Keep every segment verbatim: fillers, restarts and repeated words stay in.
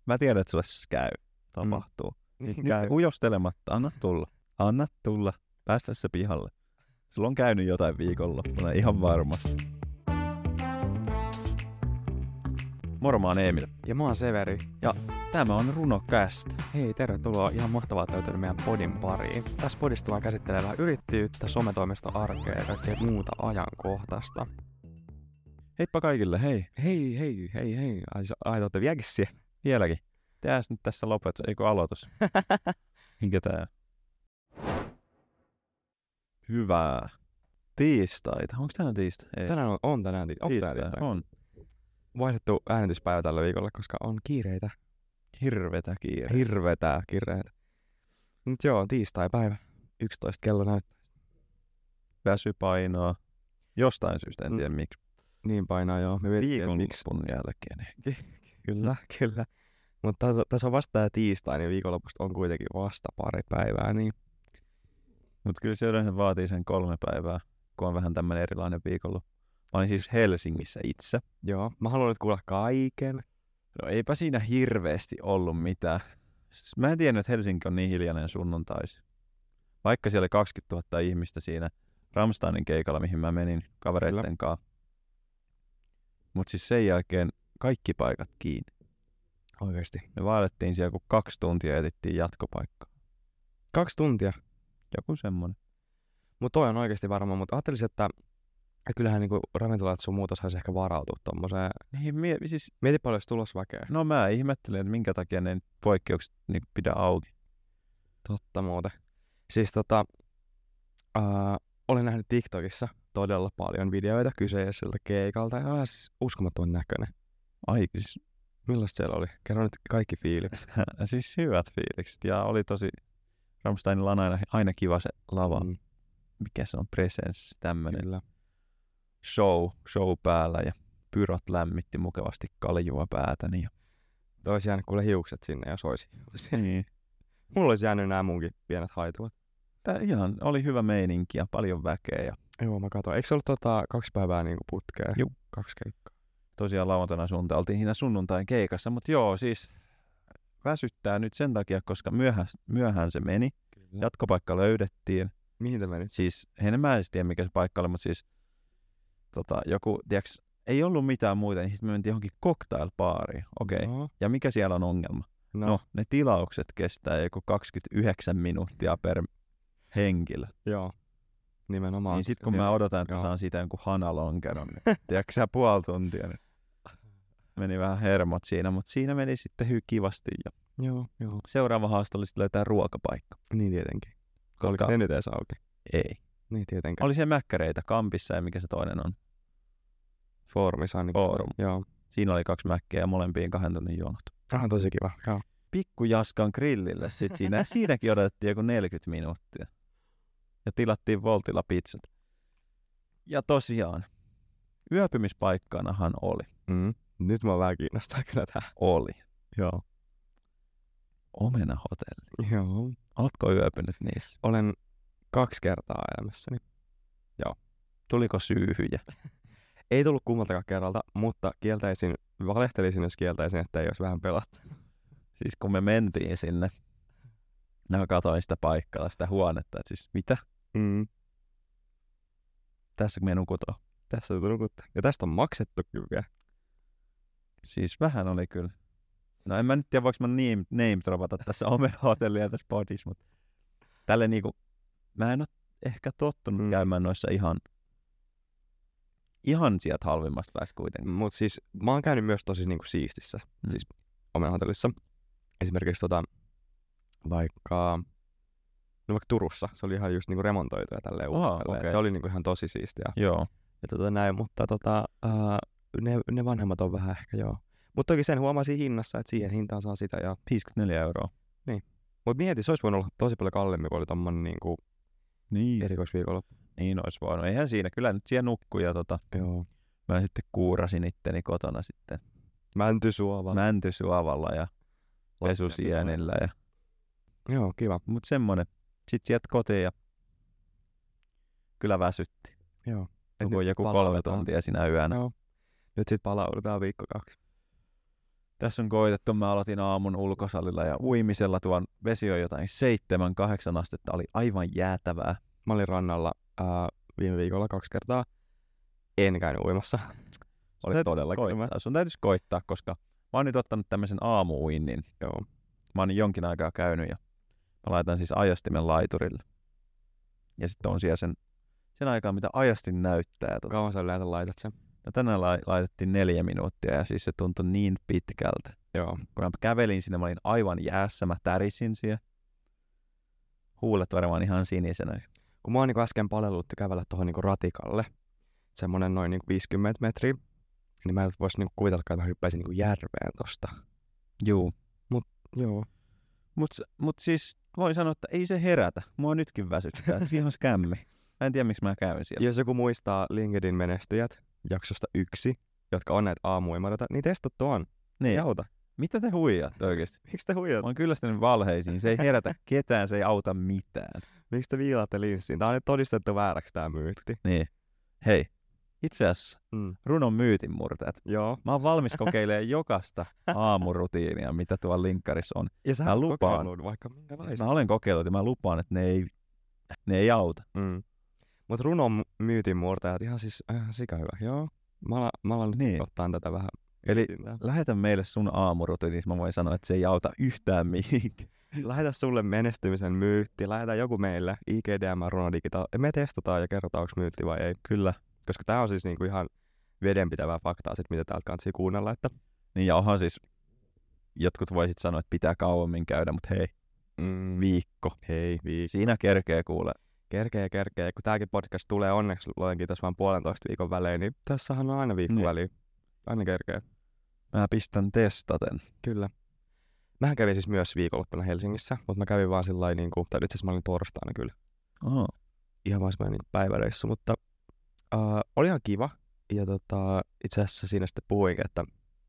Mä tiedän, että sulle käy. Tapahtuu. Mm. Nyt Käy. ujostelematta. Anna tulla. Anna tulla. Päästä se pihalle. Sulla on käynyt jotain viikonloppuna ihan varmasti. Moro, mä oon Emil. Ja mä oon Severi. Ja tämä on RunoCast. Hei, tervetuloa. Ihan mahtavaa, että löytynyt meidän podin pariin. Tässä podissa tullaan käsittelemään yrittäjyyttä, sometoimisto-arkea ja kaikkea muuta ajankohtaista. Heippa kaikille, hei. Hei, hei, hei, hei. Ai, ai te ootte vieläkin siellä? Vieläkin. Tehdään nyt tässä lopetus, eikö aloitus? Minkä tää? Hyvää tiistaita. Onko tänään tiistai? Ei. Tänään on, on tänään ti- on tiistai. tänään tiistai. On. Vaihdettu äänityspäivä tällä viikolla, koska on kiireitä. Hirvetä kiire. Hirvetää kiireitä. Nyt joo, tiistai-päivä. yksitoista kello näyttää. Väsy painoa. Jostain syystä, en Mm. tiedä miksi. Niin painaa joo. Me mietittiin, että miksi. Viikonlopun jälkeen. Kyllä, kyllä. Mutta tässä, tässä on vasta tää tiistai, niin viikonlopusta on kuitenkin vasta pari päivää, niin Mutta kyllä se yleensä vaatii sen kolme päivää, kun on vähän tämmöinen erilainen viikonloppu. Mä olin siis Helsingissä itse. joo. Mä haluan nyt kuulla kaiken. No eipä siinä hirveästi ollut mitään. Siis mä en tiennyt, että Helsinki on niin hiljainen sunnuntaisi. Vaikka siellä oli kaksikymmentätuhatta ihmistä siinä Rammsteinin keikalla, mihin mä menin kavereitten kanssa. Mutta siis sen jälkeen kaikki paikat kiinni. Oikeesti. Me vaellettiin siellä, kun kaksi tuntia etittiin jatkopaikkaa. Kaksi tuntia. Joku semmonen. Mutta toi on oikeesti varma, mutta ajattelisin, että, että kyllähän niinku ravintolat sun muuta saisi ehkä varautua tommoseen. Niin, mie- siis, Mieti paljon, jos tulos väkeä. no mä ihmettelin, että minkä takia ne poikkeukset niin pidä auki. Totta muuten. Siis tota, ää, olen nähnyt TikTokissa todella paljon videoita kyseiseltä keikalta ja on siis uskomattoman näköinen. Ai, siis, Millaista siellä oli? Kerro nyt kaikki fiilikset. siis hyvät fiilikset. Ja oli tosi, Rammsteinilla on aina, aina kiva se lava. Mm, Mikä se on, presence, tämmönen kyllä. show, show päällä ja pyrot lämmitti mukavasti kaljua päätäni. Ja... Olisi jäänyt kuule hiukset sinne, jos olisi. Niin. Mulla olisi jäänyt nämä munkin pienet haituvat. Tää ihan oli hyvä meininki ja paljon väkeä. Ja Joo, mä katsoin. Eikö se ollut tota, kaksi päivää niinku putkea? Juu. Kaksi keikkaa. tosiaan lauantaina sunnuntai oltiin siinä sunnuntain keikassa. Mutta joo, siis väsyttää nyt sen takia, koska myöhään, myöhään se meni. Kyllä. Jatkopaikka löydettiin. Mihin te menit? Siis, en mä edes tiedä mikä se paikka oli, mutta siis tota, joku, tiiäks, ei ollut mitään muuta, niin sitten me mentiin johonkin cocktailbaariin. Okei. Okay. No, Ja mikä siellä on ongelma? no, No, ne tilaukset kestää joku kaksikymmentäyhdeksän minuuttia per henkilö. joo. Nimenomaan. Niin sit kun mä odotan, että mä Joo. saan siitä jonkun hanalonkeron, niin tiedätkö sä puoli tuntia, niin meni vähän hermot siinä, mutta siinä meni sitten hyvin kivasti. Ja Joo, joo. seuraava haaste oli sitten löytää ruokapaikka. Niin tietenkin. Koska Oliko ne nyt edes auki? ei. Niin tietenkään. Oli siellä mäkkäreitä Kampissa ja mikä se toinen on. Foorumissa ainakin. Forum. Joo. Siinä oli kaksi mäkkeä ja molempiin kahden tunnin jonot. Ah, tosi kiva. Joo. Pikku Jaskan grillille sit siinä. Ja siinäkin odotettiin joku neljäkymmentä minuuttia. Ja tilattiin Voltilla pizzat. Ja tosiaan, yöpymispaikkanahan oli. Mm. Nyt mä vähän kiinnostaa kyllä tää. Oli. Joo. Omenahotelli. Joo. Oletko yöpynyt niissä? Olen kaksi kertaa elämässäni. Tuliko syyhyjä? Ei tullut kummaltakaan kerralta, mutta kieltäisin, valehtelisin, jos kieltäisin, että ei olisi vähän pelattu. Siis kun me mentiin sinne, mä katsoin sitä paikkaa, sitä huonetta, että siis mitä? Mm. Tässä kun me nukutaan. Tässä on nukuttaa. Ja tästä on maksettu kyllä vielä. Siis vähän oli kyllä. No en mä nyt tiedä, voiko mä name, name dropata tässä Omena-hotellia tässä podissa, mutta tälle niinku, mä en ole ehkä tottunut Mm. mm. käymään noissa ihan, ihan sieltä halvimmasta päästä kuitenkin. Mut siis mä oon käynyt myös tosi niinku siistissä, Mm. mm. siis Omenahotellissa. Esimerkiksi tota, vaikka, no vaikka Turussa, se oli ihan just niinku remontoitu ja tälleen Aa, uusi. okei. Se oli niinku ihan tosi siistiä. Joo. Ja tota näin, mutta tota, ää, ne, ne vanhemmat on vähän ehkä joo. Mutta toki sen huomasin hinnassa, että siihen hintaan saa sitä. Ja... viisikymmentäneljä euroa. Mut mieti, se olisi voinut olla tosi paljon kalliimmin, kun oli tommonen niinku Niin. erikoisviikonloppu. Niin olisi voinut. Eihän siinä. Kyllä nyt siellä nukkuu ja tota, Joo. mä sitten kuurasin itteni kotona sitten Mäntysuova. mäntysuovalla ja pesusienillä. Ja... Joo, kiva. Mut semmonen. Sitten sieltä kotiin ja kyllä väsytti. Joo. Joku, nyt joku kolme palaudutaan. tuntia sinä yönä. Joo. Nyt sit palaudutaan viikko kaksi. Tässä on koitettu, mä aloitin aamun ulkosalilla ja uimisella tuon vesi on jotain seitsemän, kahdeksan astetta, oli aivan jäätävää. Mä olin rannalla ää, viime viikolla kaksi kertaa. En käynyt uimassa. Oli todella kylmä. Sun täytyisi koittaa, koska mä oon nyt ottanut tämmöisen aamu-uinnin. Joo. Mä oon jonkin aikaa käynyt ja mä laitan siis ajastimen laiturille. Ja sitten on siellä sen, sen aikaa, mitä ajastin näyttää. Tota. Kauan sä yleensä laitat sen? No tänään la- laitettiin neljä minuuttia ja siis se tuntui niin pitkältä. Joo. Kun mä kävelin sinne, mä olin aivan jäässä, mä tärisin siellä. Huulet varmaan ihan sinisenä. Kun mä oon niinku äsken palellutti kävellä tuohon niinku ratikalle, semmonen noin niinku viisikymmentä metriä, niin mä en vois niinku kuvitella, että mä hyppäisin niinku järveen tosta. Juu. Mut joo. Mut, mut siis voin sanoa, että ei se herätä. Mua nytkin väsyttää. Siinä on skämmi. Mä en tiedä, miksi mä käyn siellä. Jos joku muistaa LinkedIn menestyjät jaksosta yksi, jotka on näitä aamuimareita, niin testattu on. Niin. Ei auta. Mitä te huijaatte oikeesti? Miksi te huijaatte? Mä oon kyllästynyt valheisiin. Se ei herätä ketään, se ei auta mitään. Miksi te viilaatte linssiin? Tää on nyt todistettu vääräksi tää myytti. Niin. Hei, itse asiassa Mm. runon myytinmurtajat. Joo. Mä oon valmis kokeilemaan jokaista aamurutiinia, mitä tuolla linkkarissa on. Ja sä Mä oot lupaan. kokeillut vaikka minkälaista. Mä olen kokeillut ja mä lupaan, että ne ei, ne ei auta. Mm. Mut runon myytin murtajat ihan siis ihan sika hyvä. Joo. Mä alan, mä alan nyt Niin. ottaa tätä vähän. Eli mietintää. lähetä meille sun aamurutiinis, mä voin sanoa, että se ei auta yhtään mihinkään. Lähetä sulle menestymisen myytti. Lähetä joku meille. I G D M Runodigita. Me testataan ja kerrotaan, onko myytti vai ei. Kyllä. Koska tää on siis niinku ihan vedenpitävää faktaa sit, mitä täältä kansi kuunnella. Että Niin ja onhan siis, jotkut voisit sanoa, että pitää kauemmin käydä, mutta hei, mm, viikko. hei, viikko. Siinä kerkee kuule. Kerkee, kerkee. Kun tääkin podcast tulee onneksi, luen kiitos vaan puolentoista viikon välein, niin tässähän on aina viikko Niin. väliin. Aina kerkee. Mä pistän testaten. Kyllä. Mähän kävin siis myös viikonloppuna Helsingissä, mutta mä kävin vaan sillä niin kuin, tai itse asiassa mä olin torstaina kyllä. Oh. Ihan vaan semmoinen niin päiväreissu, mutta uh, oli ihan kiva. Ja tota, itse asiassa siinä sitten puhuinkin, että,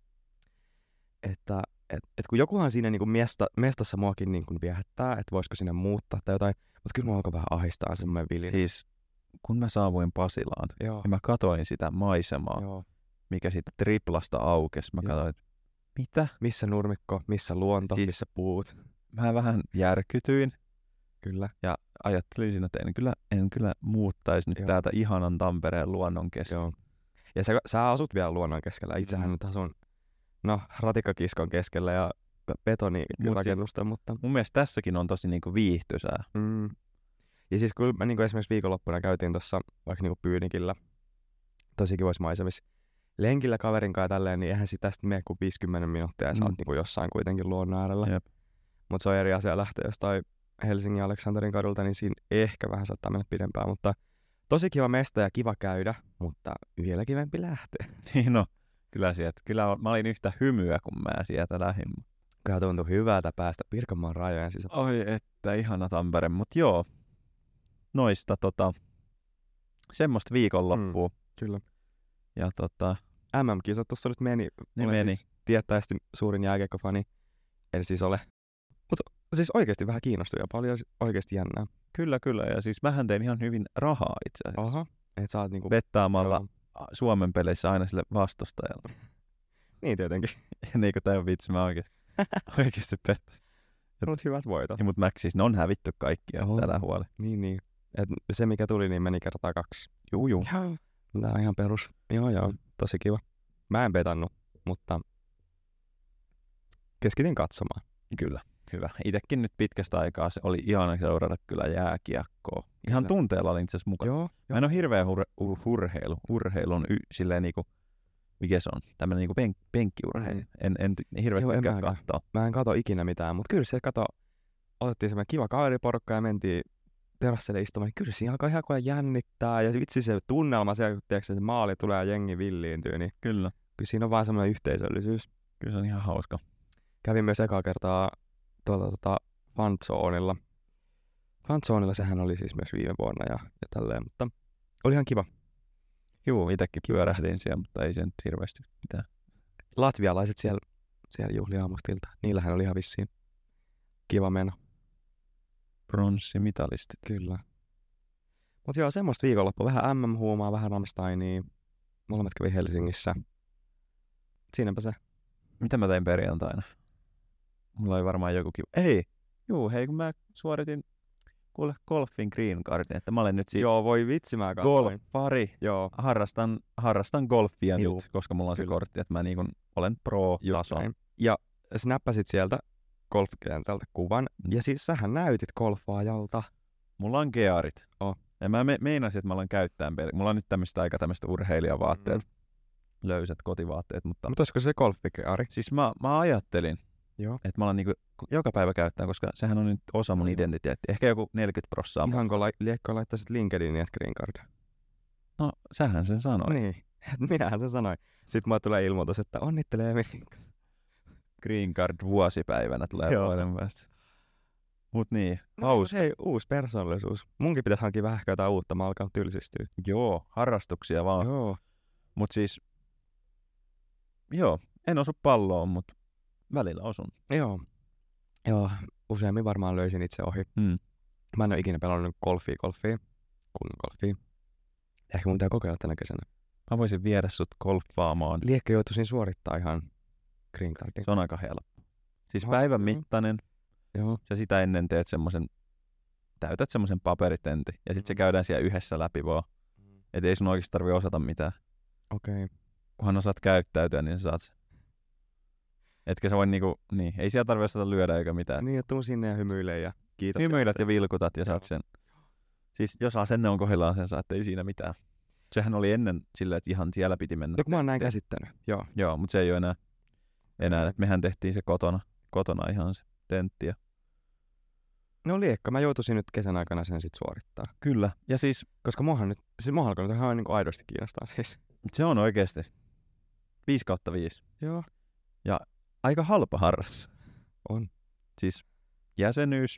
että et, et kun jokuhan siinä niin kuin mesta, mestassa muakin niin kuin viehättää, että voisiko sinne muuttaa tai jotain, mutta kyllä mä alkoi vähän ahistaa semmoinen vilin. Siis kun mä saavuin Pasilaan, Joo. niin mä katoin sitä maisemaa, Joo. mikä siitä triplasta aukesi. Mä Joo. katsoin, että mitä? Missä nurmikko, missä luonto, Siis- missä puut. Mä vähän järkytyin Kyllä. ja ajattelin siinä, että en kyllä, en kyllä muuttaisi nyt Joo. täältä ihanan Tampereen luonnon kesken. Joo. Ja sä, sä asut vielä luonnon keskellä. Itsehän Mm. nyt asun, no, ratikkakiskon keskellä ja betonirakennusta, mutta... Mun mielestä tässäkin on tosi niinku viihtyisää. Mm. Ja siis kun me niinku esimerkiksi viikonloppuna käytiin tuossa vaikka niinku Pyynikillä, tosi kivoissa maisemissa, lenkillä kaverin kanssa ja tälleen, niin eihän siitä tästä mene kuin viisikymmentä minuuttia ja sä Mm. oot niinku jossain kuitenkin luonnon äärellä. Jep. Mutta se on eri asia lähteä jostain Helsingin Aleksanterin kadulta, niin siinä ehkä vähän saattaa mennä pidempään, mutta tosi kiva mesta ja kiva käydä, mutta vielä kivempi lähteä. Niin no, kyllä sieltä. Kyllä on- mä olin yhtä hymyä, kun mä sieltä lähdin. Kyllä tuntui hyvältä päästä Pirkanmaan rajojen sisällä. Oi, että ihana Tampere. Mut joo, noista tota, semmoista viikonloppua. Mm, kyllä. Ja tota, M M-kisat tuossa nyt meni. ne Olen meni. Siis tiettävästi suurin jääkiekkofani. En siis ole. Mutta siis oikeasti vähän kiinnostuu ja paljon oikeasti jännää. Kyllä, kyllä. Ja siis mähän tein ihan hyvin rahaa itse asiassa. Aha. Et sä oot niinku... Vettaamalla Joo. Suomen peleissä aina sille vastustajalle. Niin tietenkin. Ja niinku tää on vitsi, mä oikeesti, oikeesti pettäisin. Mut hyvät voitot. Ja mut mä siis ne on hävitty kaikki, Oho. että älä huoli. Niin, niin. Et se mikä tuli, niin meni kertaa kaksi. Juu, juu. Joo. Tää on ihan perus. Joo, joo. Tosi kiva. Mä en petannut, mutta keskityin katsomaan. Kyllä, hyvä. Itekin nyt pitkästä aikaa se oli ihana seurata kyllä jääkiekkoa. Ihan Kyllä. tunteella olin itse asiassa mukana. Joo. Mä en oo hirveä ur- ur- urheilu. Urheilun y- silleen niinku, mikä se on? Tämmönen niinku pen- penkkiurheilu. Mm. En, en ty- hirveästi Joo, en tykkää mäkään. katsoa. Mä en kato ikinä mitään, mutta kyllä se kato, otettiin semmoinen kiva kaveriporukka ja mentiin terassille istumaan, niin kyllä siinä alkaa ihan kuin jännittää ja vitsi se tunnelma siellä, kun tiedätkö, se maali tulee ja jengi villiintyy, niin Kyllä, kyllä siinä on vaan semmoinen yhteisöllisyys. kyllä se on ihan hauska. Kävin myös ekaa kertaa tuolla tota Fanzoonilla. Fanzoonilla sehän oli siis myös viime vuonna ja, ja tälleen, mutta oli ihan kiva. Juu, itekin pyörähdin siellä, mutta ei se nyt hirveästi mitään. Latvialaiset siellä, siellä juhli aamustilta, niillähän oli ihan vissiin kiva meno. Pronssimitalisti. Kyllä. Mut joo, semmoista viikonloppua. Vähän M M-huumaa, vähän Rammsteinia. Molemmat kävi Helsingissä. Siinäpä se. mitä mä tein perjantaina? Mulla oli varmaan joku kiva. Ei, juu, hei kun mä suoritin kuule golfin green cardin, että mä olen nyt siis Joo, voi vitsi mä katsoin. golfari. Joo. Harrastan, harrastan golfia Juu. nyt, koska mulla on se Kyllä. kortti, että mä niin olen pro-tason. Näin. Ja snappasit sieltä golfkentältä kuvan. Mm. Ja siis sähän näytit golfaajalta. Mulla on gearit. Oh. Ja mä me- meinasin, että mä alan käyttämään peli. Mulla on nyt tämmöistä aika tämmöistä urheilijavaatteet, Mm. löysät kotivaatteet, mutta Mutta olisiko se golfikeari? siis mä, mä ajattelin, Joo. että mä alan niinku joka päivä käyttää, koska sehän on nyt osa mun Aivan. identiteetti. Ehkä joku neljäkymmentä prosenttia. Ihanko la- liekko laittaisit LinkedIniin, että green card? No, sähän sen sanoit. Niin. Minähän sen sanoin. Sitten mulle tulee ilmoitus, että onnittelee Minka. Green card vuosipäivänä tulee Joo. vuoden päästä. Mut niin, No, hauska. hei, uusi persoonallisuus. Munkin pitäisi hankkia vähän ehkä jotain uutta, mä alkaa tylsistyä. Joo, harrastuksia vaan. Joo. Mut siis, joo, en osu palloon, mut välillä osun. Joo. Joo, useammin varmaan löysin itse ohi. Hmm. Mä en ole ikinä pelannut golfia, golfia, kunnon golfia. Ehkä mun pitää kokeilla tänä kesänä. Mä voisin viedä sut golfaamaan. Liekkö joutuisin suorittaa ihan green cardin. Se on aika helppo. Siis Aha, päivän joo. mittainen, Joo. sä sitä ennen teet semmosen, täytät semmosen paperitentin, ja sit se Mm. käydään siellä yhdessä läpi vaan. Et ei sun oikeesti tarvi osata mitään. Okei. Okay. Kunhan osaat käyttäytyä, niin sä saat sen. Etkä sä voi niinku, niin, ei siellä tarvi osata lyödä eikä mitään. Niin, että tuu sinne ja hymyilee ja kiitos. Hymyilet ja vilkutat ja Joo. saat sen. Siis jos asenne on kohdillaan, sen saat, ei siinä mitään. Sehän oli ennen silleen, että ihan siellä piti mennä. No kun mä oon näin Te- käsittänyt. Joo. Joo, mutta se ei ole enää. enää. Et mehän tehtiin se kotona, kotona ihan se tentti. Ja... No liekka, mä joutuisin nyt kesän aikana sen sit suorittaa. Kyllä. Ja siis Koska muahan nyt, siis muahan alkanut ihan niinku aidosti kiinnostaa siis. se on oikeesti viisi kautta viisi. Joo. Aika halpa harras. On. Siis jäsenyys,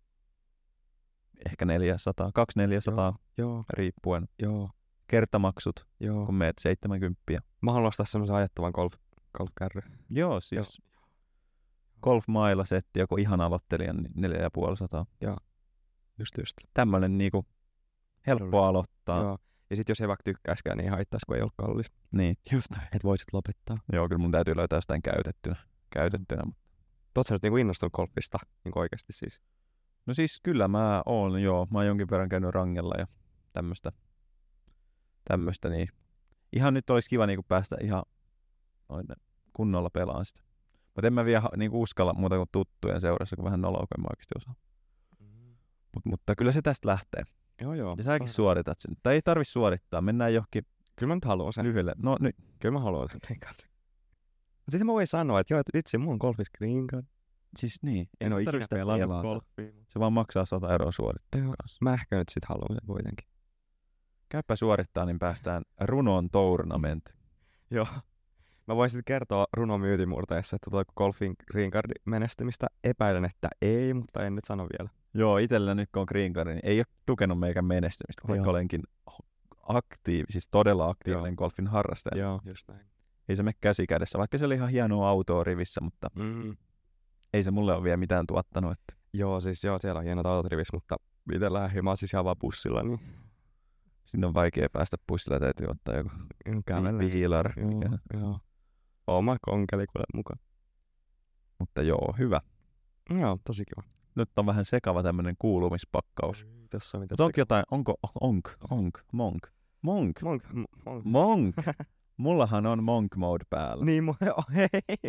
ehkä neljäsataa, kaksi neljäsataa Joo, riippuen. joo, Kertamaksut, joo. kun meet seitsemänkymmentä. Mä haluan ostaa semmosen ajattavan golf, golfkärry. Joo, siis golf-maila-setti, joku ihan aloittelijan, niin neljä ja puoli sataa. Just just. Tämmönen niinku helppo aloittaa. Joo. Ja sit jos ei vaikka tykkäiskään, niin ei haittais, kun ei ole kallis. Niin. Just näin. Et voisit lopettaa. Joo, kyllä mun täytyy löytää jostain käytettynä. käytettynä. Mm. Oot sä nyt niinku innostunut golfista? Niinku oikeesti siis. No siis kyllä mä oon, joo. Mä oon jonkin verran käynyt rangella ja tämmöstä. Tämmöstä, niin ihan nyt olisi kiva niinku päästä ihan noin kunnolla pelaan sitä. Mutta en mä vielä niinku uskalla muuta kuin tuttujen seurassa, kun vähän noloa, kun en mä oikeasti osaa. Mut, mutta kyllä se tästä lähtee. Joo joo. Ja säkin suoritat sen. Tai ei tarvi suorittaa, mennään johonkin Kyllä mä nyt haluan sen. lyhyelle. No nyt. Kyllä mä haluan sen. Sitten mä voin sanoa, että joo, että vitsi, mun on golfis green card. Siis niin. En ole tarvi ikinä sitä pelannut pelata. golfia. Se vaan maksaa sata euroa suorittaa Joo. kanssa. Mä ehkä nyt sit haluan sen kuitenkin. Käypä suorittaa, niin päästään runon tournament. Joo. Mä voin sitten kertoa runon myytimurteessa, että tuleeko golfin green cardin menestymistä. Epäilen, että ei, mutta en nyt sano vielä. Joo, itellä nyt kun on green card, niin ei ole tukenut meikän menestymistä, vaikka Joo. olenkin aktiivi, siis todella aktiivinen Joo. golfin harrastaja. Joo, just näin. Ei se mene käsi kädessä, vaikka se oli ihan hienoa autoa rivissä, mutta Mm. ei se mulle ole vielä mitään tuottanut. Että Joo, siis joo, siellä on hienot autot rivissä, mutta itellä himaa siis ihan vaan bussilla, niin sinne on vaikea päästä bussilla, täytyy ottaa joku kävellä. piilar. Joo, joo. Oma konkeli kuule mukaan. Mutta joo, hyvä. Joo, tosi kiva. Nyt on vähän sekava tämmönen kuulumispakkaus. Tässä on mitä Mutta onko jotain, onko, onk, onk, monk, monk, Monk, m- monk. monk. Mullahan on monk mode päällä. Niin, mu- oh, hei.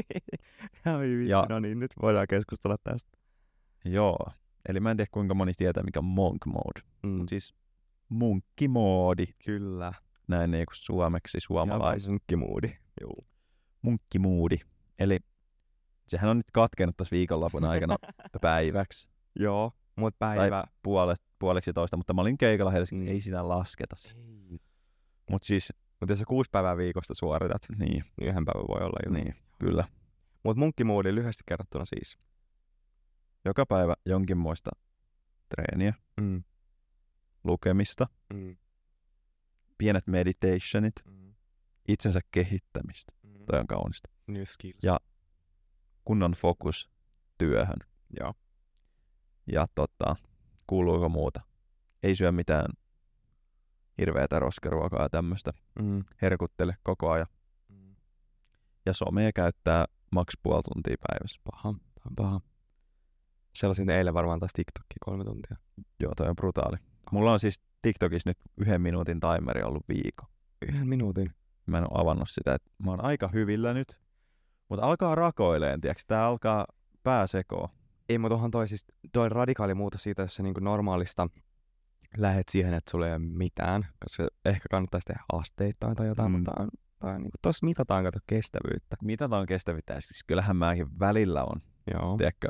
Ai vitsi, Ja- no niin, nyt voidaan keskustella tästä. Joo. Eli mä en tiedä kuinka moni tietää mikä on monk mode. Mm. Siis munkkimoodi. Kyllä. Näin niinku suomeksi suomalais. Munkkimuudi. Joo. Munkkimoodi. Eli sehän on nyt katkenut tässä viikonlopun aikana päiväksi. Joo, mut päivä. Puolet, puoleksi toista, mutta mä olin keikalla Helsingin, Mm. ei siinä lasketa. Ei. Mut siis, Mut jos sä kuusi päivää viikosta suoritat, niin, niin yhden päivän voi olla ilman. niin, kyllä. Mut munkkimuudi lyhyesti kerrottuna siis. Joka päivä jonkinmoista treeniä, Mm. lukemista, Mm. pienet meditationit, Mm. itsensä kehittämistä. Mm. Toi on kaunista. New skills. Ja kunnon fokus työhön. Joo. Ja tota, kuuluuko muuta? Ei syö mitään hirveätä roskaruokaa ja tämmöistä. Mm. Herkuttele koko ajan. Mm. Ja somea käyttää maks puoli tuntia päivässä. Paha, tää on paha. Sellaisin eilen varmaan taas TikTokki kolme tuntia. Joo, toi on brutaali. Mulla on siis TikTokissa nyt yhden minuutin timeri ollut viikon. Yhden minuutin. Mä en oo avannut sitä, että mä oon aika hyvillä nyt. Mutta alkaa rakoileen, tiiäks? Tää alkaa pääsekoon. Ei, mutta onhan toi, siis, toi radikaali muutos siitä, jos sä niinku normaalista lähet siihen, että sulla ei ole mitään. Koska ehkä kannattaisi tehdä asteittain tai jotain, Mm. mutta on, tai niinku, tossa mitataan kato kestävyyttä. Mitataan kestävyyttä. Siis kyllähän mäkin välillä on, Joo. tiedätkö,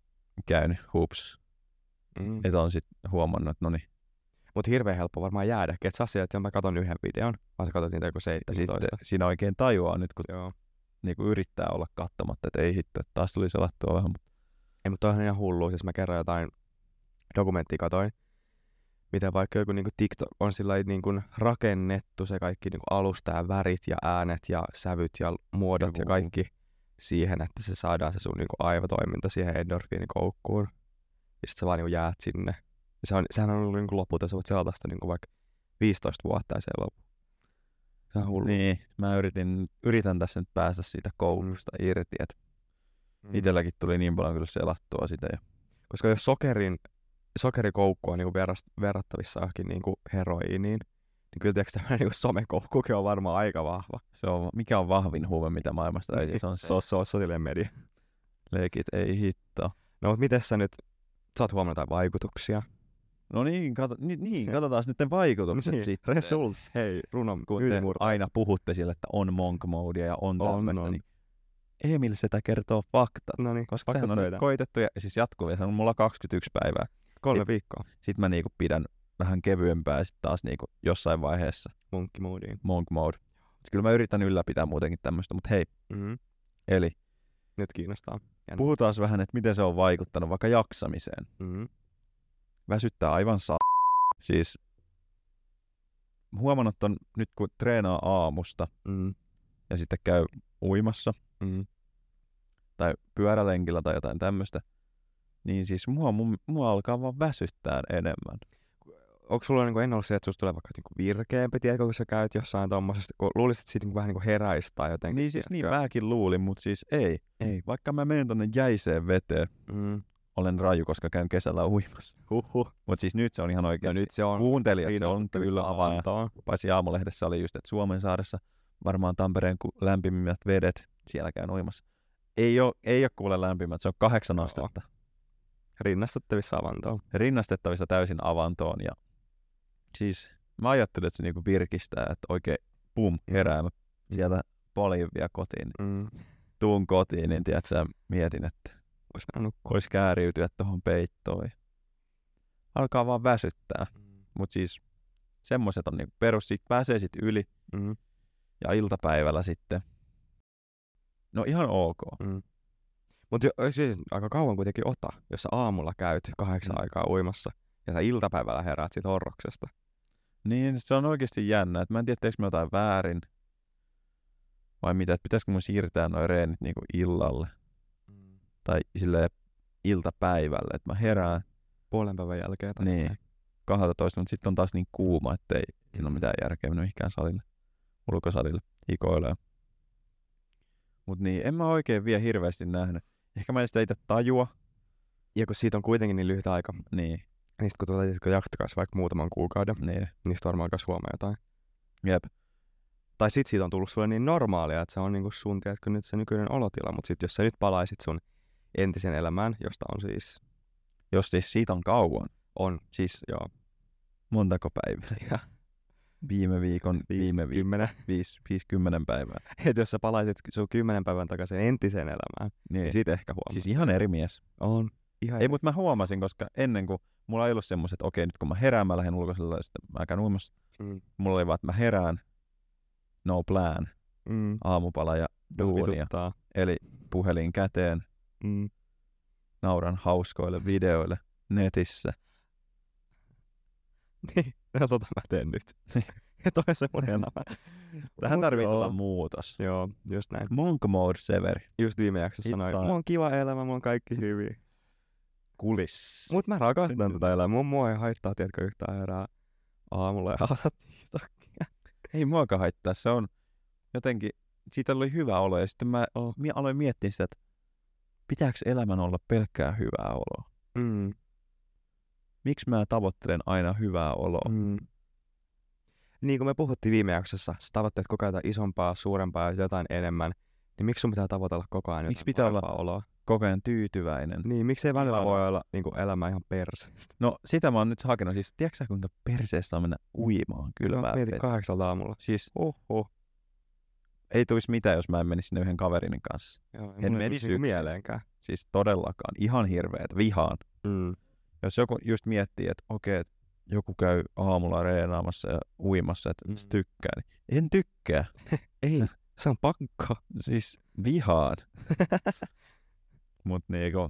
käynyt hups. Mm. Että on sit huomannut, että no niin. Mutta hirveän helppo varmaan jäädä. Et saa että mä katon yhden videon, vaan sä katot niitä joku Ja sitten seitsemäntoista. siinä oikein tajuaa nyt, kun Joo. niinku yrittää olla katsomatta, että ei hitto, että taas tuli selattua vähän. Mutta Ei, mutta toihan on ihan hullu. Siis mä kerran jotain dokumenttia katoin, miten vaikka joku niinku TikTok on sillä niinku rakennettu se kaikki niinku alusta ja värit ja äänet ja sävyt ja muodot Juu. ja kaikki siihen, että se saadaan se sun niinku aivotoiminta siihen endorfiinikoukkuun. Ja sit sä vaan niinku jäät sinne. Ja se on, sehän on ollut niinku loputon. Sä voit selata sitä niinku vaikka viisitoista vuotta ja se ei lopu. Se on hullu. niin, mä yritin, yritän tässä nyt päästä siitä koulusta mm. irti, että Mm. itselläkin tuli niin paljon kyllä selattua sitä. Ja Koska jos sokerin, sokerikoukku on niinku verrast, verrattavissa johonkin niinku heroiiniin, niin kyllä tiiäks tämmönen niinku somekoukkukin on varmaan aika vahva. se on, mikä on vahvin huume, mitä maailmasta löytyy? Se on se. Se on, se on sosiaalinen media. Leikit, ei hitto. No mut miten sä nyt, sä oot huomannut jotain vaikutuksia? No niin, kato, niin, niin katsotaan nyt ne vaikutukset Niin, sitten. Results, hei, runon Kun te yytimurto. aina puhutte sille, että on monk modea ja on On, tämmöistä, on. niin Emil sitä kertoo faktat. No niin, Koska sehän on nyt koitettu ja siis jatkuu, ja se on mulla kaksikymmentäyksi päivää. kolme sit- viikkoa Sitten mä niinku pidän vähän kevyempää ja sitten taas niinku jossain vaiheessa monkey-moodiin. monk mode. Kyllä mä yritän ylläpitää muutenkin tämmöistä, mutta hei, Mm-hmm. eli Nyt kiinnostaa. Jännä. puhutaan vähän, että miten se on vaikuttanut vaikka jaksamiseen. Mm-hmm. Väsyttää aivan saa. Siis huomannut on nyt kun treenaa aamusta Mm-hmm. ja sitten käy uimassa Mm-hmm. tai pyörälenkillä tai jotain tämmöistä, niin siis mua, mua, mua alkaa vaan väsyttää enemmän. Onko sulla niinku ennen ollut se, että susta tulee vaikka niinku virkeämpi, tiedätkö, kun sä käyt jossain tommosesta, kun luulisit, että siitä niinku vähän niinku heräisi tai jotenkin. Niin siis niin tiedätkö? mäkin luulin, mutta siis ei. Ei. Vaikka mä menen tonne jäiseen veteen, Mm. olen raju, koska käyn kesällä uimassa. Huhhuh. Mutta siis nyt se on ihan oikein. No nyt se on Kuuntelijat, se on rinnastettavissa kyllä avaa. avantoon. Paitsi aamulehdessä oli just, että Suomen saaressa varmaan Tampereen ku- lämpimimmät vedet, siellä käyn uimassa. Ei ole, ei ole kuule lämpimät, se on kahdeksan Joo. astetta. Rinnastettavissa avantoon. Rinnastettavissa täysin avantoon. Ja siis mä ajattelin, että se niinku virkistää, että oikein pum, herää. Mä sieltä poljin vielä kotiin. Mm. Tuun kotiin, niin tiedät sä, mietin, että Vois mennä nukkua. vois kääriytyä tuohon peittoon. Alkaa vaan väsyttää. Mut siis semmoset on niinku perus, siitä pääsee sit yli Mm. ja iltapäivällä sitten. No ihan ok. Mm. Mutta siis aika kauan kuitenkin ota, jos sä aamulla käyt kahdeksan Mm. aikaa uimassa ja sä iltapäivällä heräät siitä horroksesta. Niin se on oikeesti jännä, että mä en tiedä, teekö mä jotain väärin. Vai mitä, että pitäisikö mun siirtää noi reenit niinku illalle. Mm. Tai silleen iltapäivälle, että mä herään Puolen päivän jälkeen. Tai niin jotain. kaksitoista, mutta sitten on taas niin kuuma, ettei siinä ole Mm. mitään järkeä mennä mihinkään salille, ulkosalille, hikoilee. Mut niin, en mä oikein vielä hirveästi nähnyt. Ehkä mä en sitä itse tajua. Ja kun siitä on kuitenkin niin lyhyt aika, Niin, niin sit kun tuota kun jatkaisi vaikka muutaman kuukauden, niin, niin sit varmaan alkaisi huomaa jotain. jep. Tai sit siitä on tullut sulle niin normaalia, että se on niinku sun, tiedätkö, nyt se nykyinen olotila. Mut sit jos sä nyt palaisit sun entisen elämään, josta on siis, Jos siis siitä on kauan, on, siis joo, montako päivää? ja Viime viikon, viime viikon, kymmenen. viisi, viisi kymmenen päivää. Että jos sä palaisit sun kymmenen päivän takaisin entiseen elämään, Niin, niin sit ehkä huomaat. siis ihan eri mies. on. Ihan Ei, mutta mä huomasin, koska ennen kuin mulla ei ollut semmoset, että okei, nyt kun mä herään, mä lähden ulkoiselle ja sitten mä käyn uimassa. Mm. Mulla oli vaan, että mä herään, no plan, Mm. aamupala ja duunia. Vituttaa. Eli puhelin käteen, Mm. nauran hauskoille videoille netissä. Niin, no tota mä teen nyt. Ja toi on se mun elämä. Tähän Mut tarvitsee joo. olla muutos. Joo, just näin. Monk mode severi. Just viime jaksossa It's sanoin, time. mulla on kiva elämä, mulla on kaikki hyvin. Kulissi. Mut mä rakastan tätä elämää. Mun mua ei haittaa, tiedätkö, yhtään herää aamulla ja avata TikTokia. Ei muakaan haittaa. Se on jotenkin, siitä oli hyvä olo. Ja sitten mä Oh. mi- aloin miettiä sitä, että pitääkö elämän olla pelkkää hyvää oloa? Mm. Miksi mä tavoittelen aina hyvää oloa? Mm. Niin kuin me puhuttiin viime jaksossa, sä tavoitteet koko ajan jotain isompaa, suurempaa ja jotain enemmän, niin miksi sun pitää tavoitella koko ajan Miksi jotain pitää olla parempaa oloa? koko ajan tyytyväinen? Niin, miksei välillä Ihana. voi olla niin kuin elämä ihan perseestä? No sitä mä oon nyt hakenut. Siis tiedätkö sä kuinka perseestä on mennä uimaan kylmää Mietin vettä? kahdeksalta aamulla. Siis Oho. ei tulisi mitään, jos mä en menisi sinne yhden kaverin kanssa. Joo, En en menisi menisi niinku yksin. mieleenkään. Siis todellakaan. Ihan hirveetä. Vihaan. Mm. Jos joku just miettii, että okei, että joku käy aamulla reenaamassa ja uimassa, että Mm. mm. tykkää, niin en tykkää. Ei, se on pakko. Siis vihaan. Mut niinku,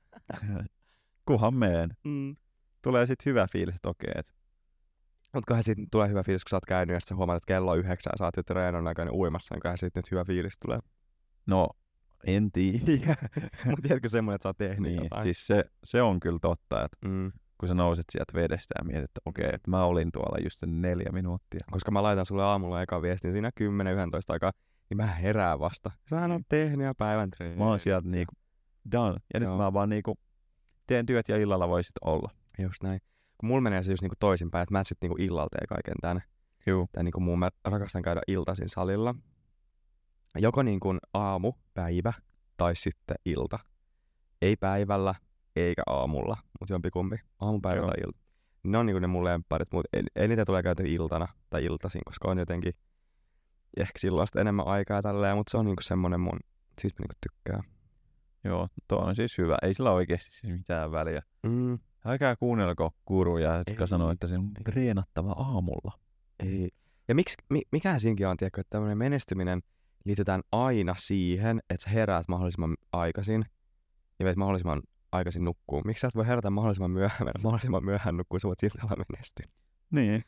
kuhan meen. Mm. Tulee sit hyvä fiilis, että okei, että Mut kohan siitä tulee hyvä fiilis, kun sä oot käynyt ja sit sä huomaat, että kello on yhdeksän ja sä oot jo treenon aikainen uimassa, niin kohan siitä nyt hyvä fiilis tulee. no, en tiedä. Mut tiedätkö semmonen, että sä oot tehnyt niin, jotain? siis se, se on kyllä totta, että Mm. kun sä nouset sieltä vedestä ja mietit, että okei, että mä olin tuolla just sen neljä minuuttia. Koska mä laitan sulle aamulla eka viestin siinä kymmenen yksitoista aikaa, niin mä herään vasta. Sähän on tehnyt ja päivän treeni. Mä oon sieltä niinku done. Ja Joo. nyt mä vaan niinku teen työt ja illalla voisit olla. Just näin. Kun mulla menee se just niinku toisinpäin, että mä sit niinku illalla teen kaiken tän. Juu. Tai niinku muu, mä rakastan käydä iltaisin salilla. Joko niinku aamu, päivä tai sitten ilta. Ei päivällä eikä aamulla, mutta jompikumpi. Aamupäivä Joo. tai ilta. Ne on niinku ne mun lempparit, mutta en, eniten tulee käyty iltana tai iltaisin, koska on jotenkin ehkä silloin sitten enemmän aikaa ja tälleen, mutta se on niinku semmonen mun, siitä mä niinku tykkään. Joo, tuo on siis hyvä. Ei sillä oikeasti siis mitään väliä. Mm, Älkää kuunnelko kuruja, jotka Ei, sanoo, että se on ei. treenattava aamulla. ei. Ja miksi, mi, mikähän siinkin on, tiedätkö, että tämmöinen menestyminen liitetään aina siihen, että sä heräät mahdollisimman aikaisin ja meet mahdollisimman aikaisin nukkuu. Miksi sä et voi herätä mahdollisimman myöhään, mennä mahdollisimman myöhään nukkuu, sä voit silti olla menestyä? Niin.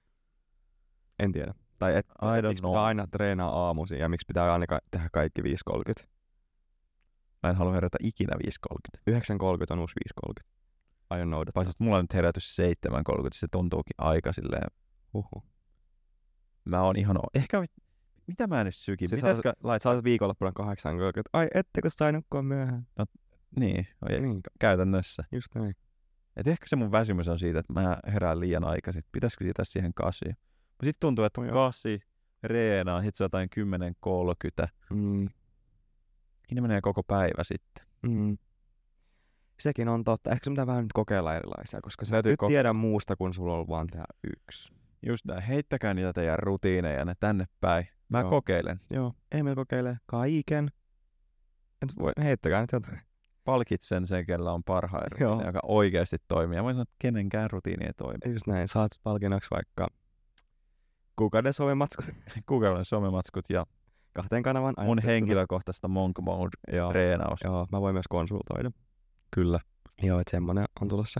En tiedä. Tai et, I et, don't miksi know. pitää aina treenaa aamuisin ja miksi pitää aina ka- tehdä kaikki viisi kolmekymmentä. Mä en halua herätä ikinä viisi kolmekymmentä. yhdeksän kolmekymmentä on uusi viisi kolmekymmentä. Aion noudattaa. Paitsi, että mulla on nyt herätys seitsemän kolmekymmentä, se tuntuukin aika silleen. Huhhuh. Mä oon ihan, ehkä, mit- mitä mä nyt sykin? Siis Pitäisikö Sä laittaa? oot viikonloppuna kahdeksan kolmekymmentä. Ai ettekö sai nukkua myöhään? Niin, oi, Niin. käytännössä. Just näin. Et ehkä se mun väsymys on siitä, että mä herään liian aikaisin. Pitäisikö siitä siihen kasiin? Mutta sitten tuntuu, että No joo. kasi, reenaa, sit se on jotain kymmenen kolmekymmentä. Mm. Siinä menee koko päivä sitten. Mm. Sekin on totta. Ehkä se pitää vähän nyt kokeilla erilaisia, koska sä Täytyy et ko- tiedä muusta, kun sulla on vaan tää yksi. Just näin, heittäkää niitä teidän rutiineja ne tänne päin. Mä Joo. kokeilen. Joo, Emil kokeilee kaiken. Et voi, heittäkää nyt jotain. Palkitsen sen, kellä on parhain Joo. rutiini, joka oikeasti toimii. Ja mä sanon, että kenenkään rutiini ei toimi. Just näin, saat palkinnoksi vaikka kuukauden sovimatskut Googlen somematskut ja kahteen kanavan. mun ajattelu. henkilökohtaista Monk Mode Joo. treenaus. Joo, mä voin myös konsultoida. Kyllä. Joo, että semmonen on tulossa.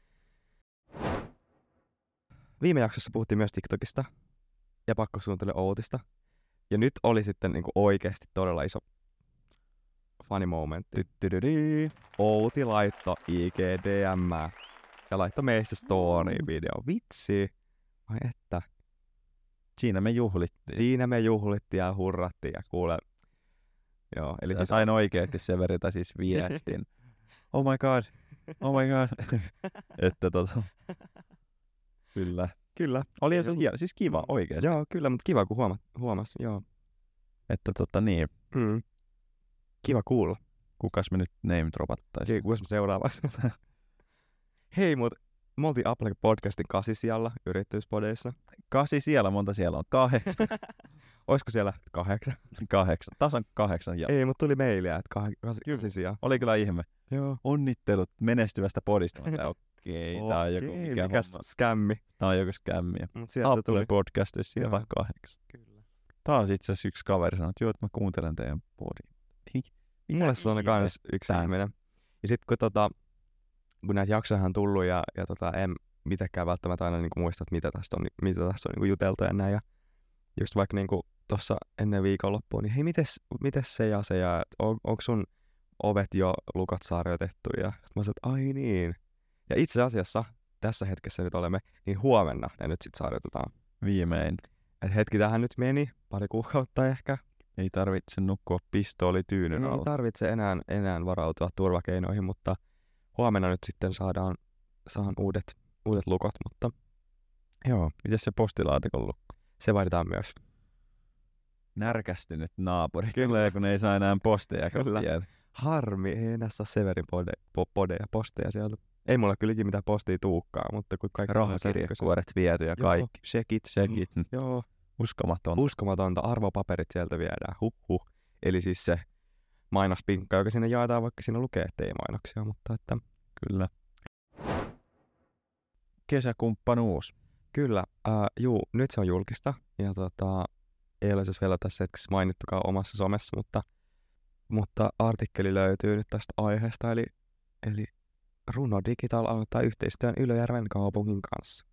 Viime jaksossa puhuttiin myös TikTokista ja pakkosuunnitelle Outista. Ja nyt oli sitten niinku oikeasti todella iso funny momentti. Tyttydydii. Outi laitto I G D M ja laitto meistä story-video. Vitsi! Ai että. Siinä me juhlittiin. Siinä me juhlittiin ja hurrattiin ja kuule. Joo, eli Ja siis sain oikeasti sen verran siis viestin. Oh my god, oh my god. Että tota, kyllä. Kyllä. Oli se hieno, siis kiva oikeesti. Joo, kyllä, mutta kiva kun huomas. huomas. Joo. Että tota niin, Mm. Kiva kuulla. kukas me nyt name dropattaisiin. Okei, kuinka seuraavaksi? Hei, mut me oltiin Apple Podcastin kasisijalla yrittäjyyspodeissa. Kasi siellä, monta siellä on? Kahdeksan. Oisko siellä kahdeksan? Kahdeksan. Tasan kahdeksan. Ja Ei, mutta tuli mailia, että kah- kas- kasisija. oli kyllä ihme. Joo. Onnittelut menestyvästä podista. Mä sanoin, Okei, tää on joku Okei, mikä mikä homma. skämmi. Tää on joku skämmi. Mut sieltä se Apple tuli. Podcastissa siellä Joo. kahdeksan. Kyllä. Taas itse asiassa yksi kaveri sanoi, että joo, että mä kuuntelen teidän podin. Mulle se on kans yksi Tää. ihminen. Ja sit kun, tota, kun näitä jaksoja on tullut ja, ja tota, en mitenkään välttämättä aina niinku muista, että mitä tästä on, mitä tästä on niinku juteltu ja näin. Ja just vaikka niinku tossa ennen viikonloppua, niin hei, mites, mites se ja se ja et on, onko sun ovet jo lukat sarjoitettu? Ja sit mä sanoin, että ai niin. Ja itse asiassa tässä hetkessä nyt olemme, niin huomenna ne nyt sit sarjoitetaan. Viimein. Et hetki tähän nyt meni, pari kuukautta ehkä. Ei tarvitse nukkua pistooli tyynyn Ei alla. tarvitse enää, enää varautua turvakeinoihin, mutta huomenna nyt sitten saadaan, saan uudet, uudet lukot, mutta joo, Mites se postilaatikon lukko? se vaaditaan myös. Närkästynyt naapuri. Kyllä. Tulee, kun ei saa enää posteja Kyllä. vielä. Harmi, ei enää saa Severin pode, po, podeja, posteja sieltä. Ei mulla kyllä ikinä mitään postia tuukkaa, mutta kun kaikki... Rahakirjekuoret viety ja kaikki. Shekit. Shekit. Joo. Uskomaton. Uskomatonta. Arvopaperit sieltä viedään. Huhhuh. Eli siis se mainospinkka, joka sinne jaetaan, vaikka siinä lukee, ettei mainoksia, mutta että... Kyllä. Kesäkumppanuus. Kyllä. Äh, juu, nyt se on julkista. Ja tota, ei ole siis vielä tässä hetkessä mainittukaan omassa somessa, mutta, mutta artikkeli löytyy nyt tästä aiheesta. Eli, eli Runo Digital aloittaa yhteistyön Ylöjärven kaupungin kanssa.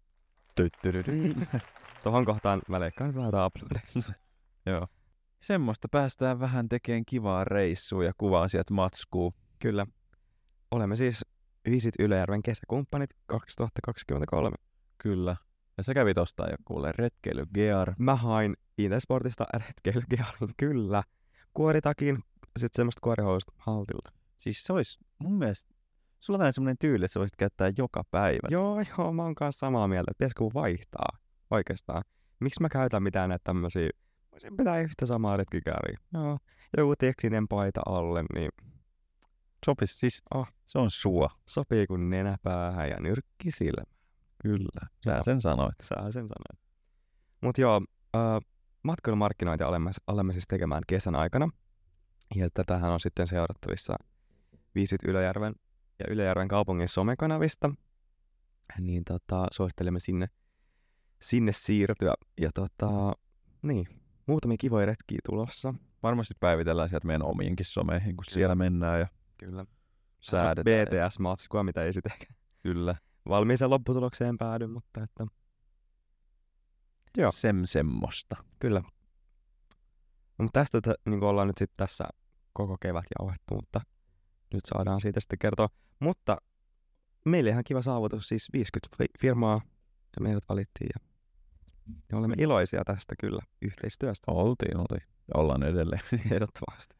Tuohon kohtaan mä leikkaan nyt vähän uploadeja. Joo. Semmoista päästään vähän tekemään kivaa reissua ja kuvaa sieltä matskuu. Kyllä. Olemme siis Visit Ylöjärven kesäkumppanit kaksituhattakaksikymmentäkolme. Kyllä. Ja sä kävit ostaa jo kuule retkeily Gear. Mä hain Intersportista retkeilygearin, kyllä. Kuoritakin, sit semmoista kuorihoususta haltilla. Siis se olisi mun mielestä, sulla on vähän semmoinen tyyli, että sä voisit käyttää joka päivä. Joo, joo, mä oon kanssa samaa mieltä, että pitäisikö mun vaihtaa oikeastaan. Miksi mä käytän mitään näitä tämmösiä, voisin pitää yhtä samaa retkigääriä. Joo, joku tekninen paita alle, niin Sopisi siis, oh, se on sua. sopii kuin nenäpäähän ja nyrkki silmä. Kyllä, sä Joo. sen sanoit. Sä sen sanoit. Mut joo, äh, matkailumarkkinointia olemme, olemme siis tekemään kesän aikana. Ja tätähän on sitten seurattavissa Visit Ylöjärven ja Ylöjärven kaupungin somekanavista. Niin tota, suosittelemme sinne, sinne siirtyä. Ja tota, niin, muutamia kivoja retkiä tulossa. Varmasti päivitellään sieltä meidän omiinkin someihin, kun siellä mennään ja Kyllä. säädetään. B T S-matskua, mitä ei sitten Kyllä. valmiiseen lopputulokseen päädy, mutta että... Joo. Sem semmosta. Kyllä. No, mutta tästä t- niin ollaan nyt sitten tässä koko kevät jauhettu, mutta nyt saadaan siitä sitten kertoa. Mutta meille ihan kiva saavutus, siis viisikymmentä fi- firmaa ja meidät valittiin ja, ja olemme iloisia tästä kyllä yhteistyöstä. Oltiin, oltiin. Ja ollaan edelleen. Ehdottomasti.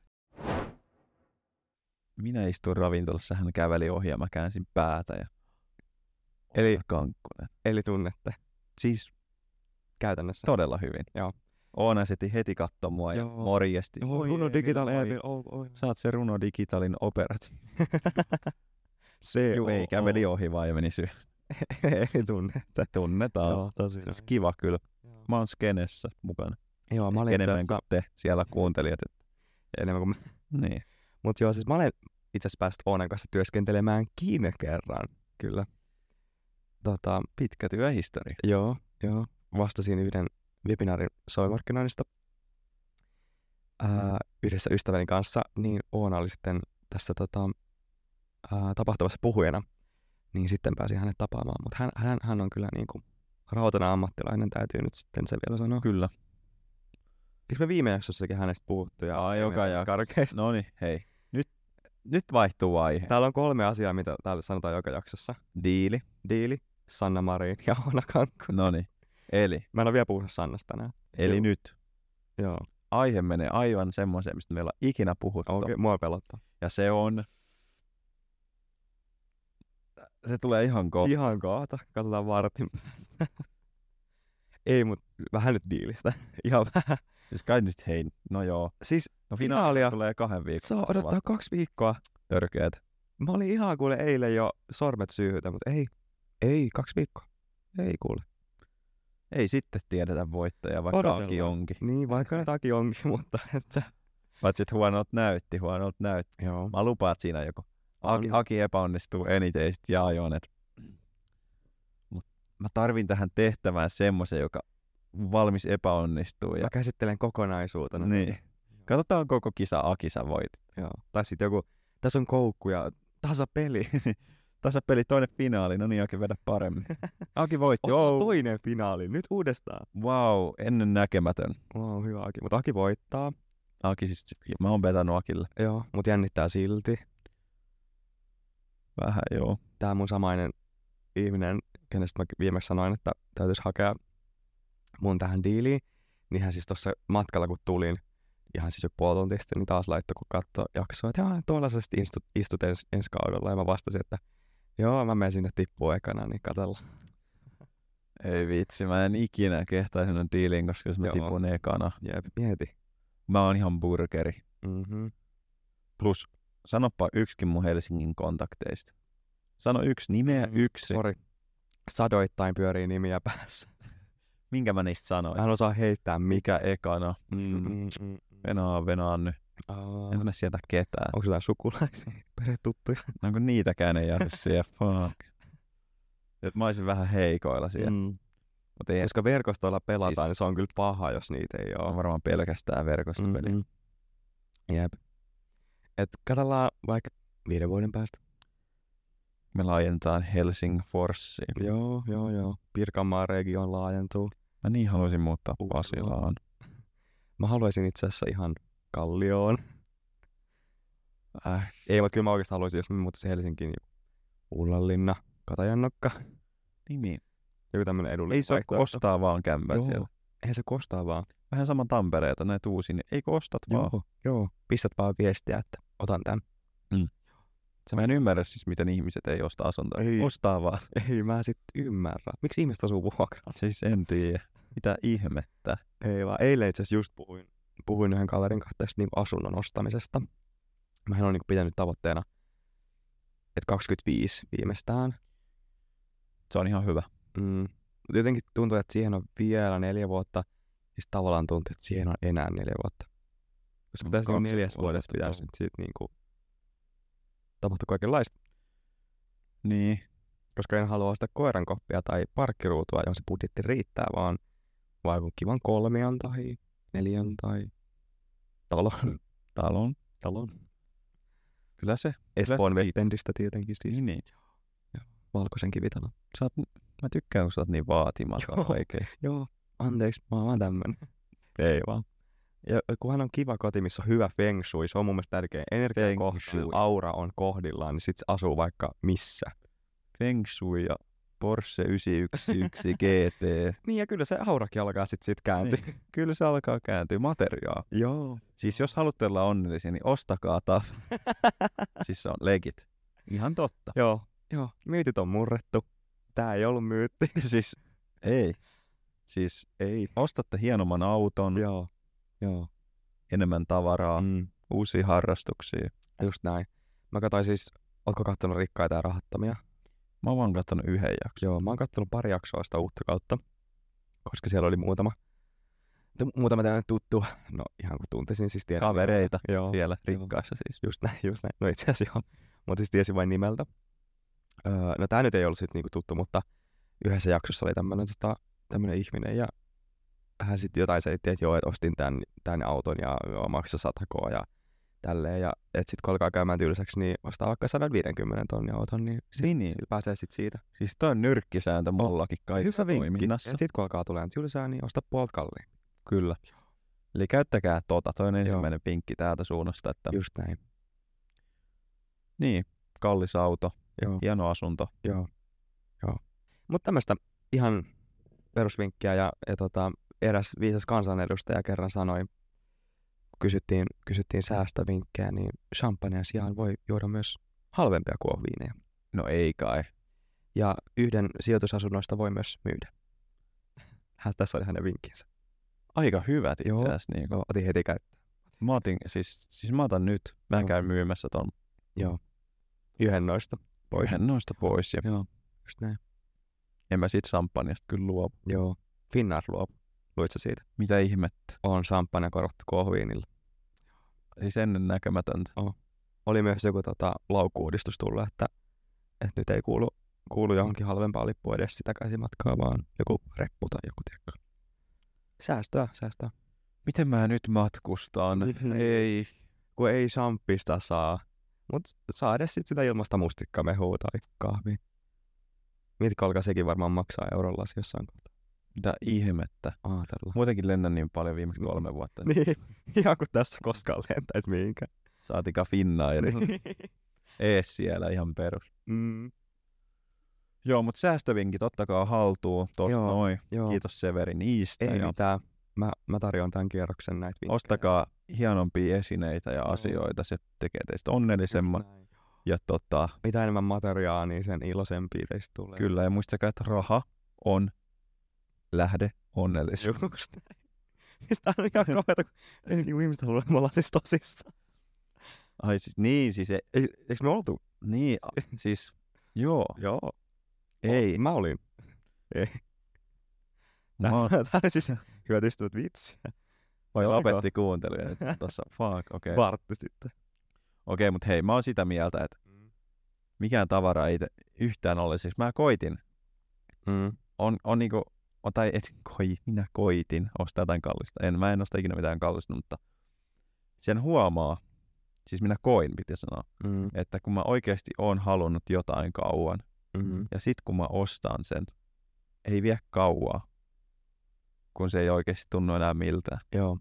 Minä istuin ravintolassa, hän käveli ohi ja mä käänsin päätä ja... Eli- Oona Kankkonen. Eli tunnette Siis käytännössä. todella hyvin. Joo. Oona seti heti katsoa mua ja Joo. morjesti. Joo, Oi, Runo Emil, Digital oi. Emil. Oh, oh. Sä oot se Runo Digitalin operat. Se Juu, ei käveli ohi vaan ja meni syö. Ei tunnette. Tunnetaan. Joo, tosi Se olisi kiva kyllä. Joo. Mä oon skenessä mukana. Joo, mä olin Enemmän tässä kuin te siellä kuuntelijat. että- enemmän kuin Niin. Mut joo, siis mä olen itse asiassa päässyt Oonan kanssa työskentelemään kiinni kerran. Kyllä. Tota, Pitkä työhistoria. joo, joo. Vastasin yhden webinaarin somemarkkinoinnista ää, yhdessä ystäväni kanssa, niin Oona oli sitten tässä tota, ää, tapahtumassa puhujana, niin sitten pääsin hänet tapaamaan. Mutta hän, hän, hän on kyllä niinku rautainen ammattilainen, täytyy nyt sitten se vielä sanoa. Kyllä. Eikö me viime jaksossakin hänestä puhuttu? Ja Aa, joka jakso. karkeasti. No niin, hei. Nyt, nyt vaihtuu aihe. Täällä on kolme asiaa, mitä täällä sanotaan joka jaksossa. Diili. Diili, Sanna Marin ja Oona Kankku. No niin. Eli, Mä en ole vielä puhunut Sannasta tänään. eli Joo. nyt Joo. aihe menee aivan semmoiseen, mistä meillä on ikinä puhuttu. Okei, okay, mua pelottaa. Ja se on... Se tulee ihan kohta. Ihan kohta. Katsotaan vartin päästä. Ei, mut vähän nyt diilistä. Ihan vähän. Siis kai nyt hei, no joo. Siis No finaalia finaalia tulee kahden viikon saa päästä odottaa vasta. kaksi viikkoa. Törkeät. Mä olin ihan kuule eilen jo sormet syyhytä, mutta ei. Ei, kaksi viikkoa. Ei kuule. Ei sitten tiedetä voittajaa, vaikka Odotellaan. Aki onkin. Niin, vaikka ne takia onkin, mutta että... Paitsi että huonolta näytti, huonolta näytti. Joo. Mä lupaan, että siinä joku. Aki, On. Aki epäonnistuu eniten ja sit jaajoon, että... Mut mä tarvin tähän tehtävään semmoisen, joka valmis epäonnistuu. Ja... Mä käsittelen kokonaisuutena. Niin. Katsotaan koko kisa Aki sä voitit. Joo. Tai sitten joku, tässä on koukku ja tasapeli. Tasapeli toinen finaali, no niin Aki vedä paremmin. Aki voitti, Otetaan joo. toinen finaali, nyt uudestaan. Wow, ennen näkemätön. Wow, hyvä Aki. Mutta Aki voittaa. Aki siis, mä oon vetänyt Akille. Joo, mut jännittää silti. Vähän joo. Tää mun samainen ihminen, kenestä mä viimeksi sanoin, että täytyisi hakea mun tähän diiliin, niin hän siis tuossa matkalla kun tulin, ihan siis joku puoli tuntia sitten, niin taas laittoi, kun katsoi jaksoa, että jaa, tuolla sä sitten istut, istut ens, ensi kaudella. Ja mä vastasin, että joo, mä menen sinne tippuun ekana, niin katsellaan. Ei vitsi, mä en ikinä kehtaisi sen diilin, koska jos mä Joo. tipun ekana. Jep, mieti. Mä oon ihan burgeri. Mm-hmm. Plus, sanoppa yksikin mun Helsingin kontakteista. Sano yksi nimeä, Mm, yksi. Sori. Sadoittain pyörii nimiä päässä. Minkä mä niistä sanoin? Mä en osaa heittää mikä. Mikä ekana? Mm, Mm. mm, mm. Venaa, venaa nyt. Aa. En tunne sieltä ketään. Onko sulla sukulaisia, perhetuttuja? No kun niitäkään ei jäänyt siihen. Fuck. Et mä olisin vähän heikoilla siellä. Mm. Mm. Mut ei, Koska verkostoilla pelataan, Siis- niin se on kyllä paha, jos niitä ei on ole. varmaan pelkästään verkostopeli. Mm-mm. Jep. Et katsellaan vaikka viiden vuoden päästä. Me laajentaan Helsingforssiin. Joo, joo, joo. Pirkanmaan region laajentuu. Mä niin haluaisin muuttaa Uusilla. Pasilaan. Mä haluaisin itse asiassa ihan Kallioon. Äh, Ei, mutta kyllä mä oikeastaan haluaisin, jos mä muuttaisin Helsinkiin, niin Ullanlinna, Katajannokka. niin, niin. Joku tämmönen edullinen Ei se ole vaihtoehto. ostaa vaan kämpät Joo, siellä. eihän se kostaa vaan. Vähän sama Tampereelta näitä uusia, niin eikö ostat vaan? Joo, joo. Pistät vaan viestiä, että otan tän. Mä en ymmärrä siis, miten ihmiset ei osta asuntoa. Ei. Ostaa vaan. Ei mä sit ymmärrä. Miksi ihmiset asuu vuokralla? Siis en tiedä. Mitä ihmettä. Ei vaan. Eilen itse asiassa just puhuin, puhuin yhden kaverin kanssa tästä niin asunnon ostamisesta. Mähän on niin pitänyt tavoitteena, että kaksikymmentäviisi viimeistään. Se on ihan hyvä. Mm. Mut jotenkin tuntuu, että siihen on vielä neljä vuotta. Ja sit tavallaan tuntuu, että siihen on enää neljä vuotta. Koska Mm, tässä on kaksi neljäs vuotta vuodessa pitäisi touhu. nyt siitä niinku tapahtua kaikenlaista. Niin. Koska en halua ostaa koirankoppia tai parkkiruutua, johon se budjetti riittää, vaan vaan joku kivan kolmion tai neljän tai talon. Talon. talon. Kyllä se. Espoon Kyllä. Westendistä tietenkin siis. Niin, niin. Valkoisen kivitalon. Sä oot, mä tykkään, kun sä oot niin vaatimaton Joo. oikeesti. Joo, anteeksi, mä oon vaan tämmönen. Ei vaan. Ja kunhan on kiva koti, missä on hyvä feng shui, se on mun mielestä tärkeä. Energia Feng kohtaa, shui. aura on kohdillaan, niin sit se asuu vaikka missä. Feng Shui ja Porsche yhdeksänsataayksitoista G T. Niin ja kyllä se aurakin alkaa sit sit kääntyä. Niin. Kyllä se alkaa kääntyä. Materiaa. Joo. Siis jos haluatte olla onnellisia, niin ostakaa taas. Siis se on legit. Ihan totta. Joo, joo. Myytit on murrettu. Tää ei ollut myytti. Siis ei. Siis Ei. ostatte hienomman auton, Joo. Joo. enemmän tavaraa, Mm. uusia harrastuksia. Just näin. Mä katsoin siis, ootko kattonut Rikkaita ja rahattomia? Mä oon vaan kattonut yhden jakson. Joo, mä oon kattonut pari jaksoa sitä uutta kautta, koska siellä oli muutama, t- muutama tämmöinen tuttu, no ihan kun tuntisin siis tiedän. Kavereita Joo, siellä joo. rikkaissa siis. Just näin, just näin. No itse asiassa joo, mutta siis tiesin vain nimeltä. Öö, no tää nyt ei ollut sit niinku tuttu, mutta yhdessä jaksossa oli tämmönen, tota, tämmönen ihminen ja hän sitten jotain selitti, että joo, että ostin tän, tän auton ja joo, maksaa satakoa ja tälleen. Ja että sit kun alkaa käymään tylsäksi, niin ostaa vaikka sata viisikymmentä tonnin auton, niin sit, Niin, niin. sit pääsee sit siitä. Siis toi on nyrkkisääntö mullakin kaikissa Hyvä vinkki. toiminnassa. Ja sit kun alkaa tulemaan tylsää, niin osta puolta kalliin. Kyllä. Eli käyttäkää tota. Toi on ensimmäinen vinkki täältä suunnasta, että Just näin. niin, kallis auto, Joo, hieno asunto. joo, joo. Mutta tämmöistä ihan perusvinkkiä ja, ja tota, eräs viisas kansanedustaja kerran sanoi, kun kysyttiin, kysyttiin säästövinkkejä, niin champagnen sijaan voi juoda myös halvempia kuohuviineja. No ei kai. Ja yhden sijoitusasunnoista voi myös myydä. Hän, tässä oli hänen vinkkinsä. Aika hyvät itse Joo. asiassa. Niin Joo, otin heti käyttöön. mä, otin, siis, siis mä otan nyt. Mä Joo. käyn myymässä ton Joo. Yhden noista pois. yhden noista pois. Ja Joo, just näin. en mä sit champanjasta kyllä luopu. Joo. Finnair luopu. Luitko siitä? Mitä ihmettä? On champagne korvattu kuohuviinilla. Siis ennen näkemätöntä. Oli myös joku tota, laukku-uudistus tullut, että, että nyt ei kuulu, kuulu johonkin halvempaa lippua edes sitä käsimatkaa, vaan joku reppu tai joku tiekka. Säästöä, säästöä. Miten mä nyt matkustan? Niin. Ei. Kun ei champista saa, mutta saa edes sit sitä ilmasta mustikkamehua tai kahvia. Mietitkö, alkaa sekin varmaan maksaa eurolla jossain kohtaa. Mitä ihmettä? Aatella. Muutenkin lennän niin paljon viimeksi kolme vuotta. Niin, ihan kuin tässä koskaan lentäisi mihinkään. Saatika Finnairi. Ees siellä ihan perus. mm. Joo, mutta säästövinkit ottakaa haltuun. Tuossa Joo, noin. joo. Kiitos Severi niistä. Ei ja mitään. mä, mä tarjoan tämän kierroksen näitä vinkkejä. Ostakaa hienompia esineitä ja Joo. asioita, se tekee teistä onnellisemman. Just näin. Ja tota, Mitä enemmän materiaa, niin sen iloisempia teistä tulee. kyllä, ja muistakaa, että raha on lähde onnellisuuteen. Just näin. Siis tää on ihan kauheeta, kun ei niinku ihmiset halua, että me ollaan siis tosissaan. Ai siis, niin, siis, e, Ei, eiks me oltu? niin, a, siis, joo, Joo. ei. Mä olin. Ei. Mä oon, Tää oli siis hyvät ystävät vitsi. vai Oliko? lopetti kuuntelua nyt tossa, fuck, okei. Okay. Vartti sitten. Okei, okay, mut hei, mä oon sitä mieltä, että mikään tavara ei te, yhtään ole, siis mä koitin, Mm. on, on niinku, on, tai et koi, minä koitin ostaa jotain kallista. En, mä en osta ikinä mitään kallista, mutta sen huomaa, siis minä koin, piti sanoa, Mm. että kun mä oikeasti oon halunnut jotain kauan, Mm. ja sit kun mä ostan sen, ei vie kauaa, kun se ei oikeasti tunnu enää miltään. Joo.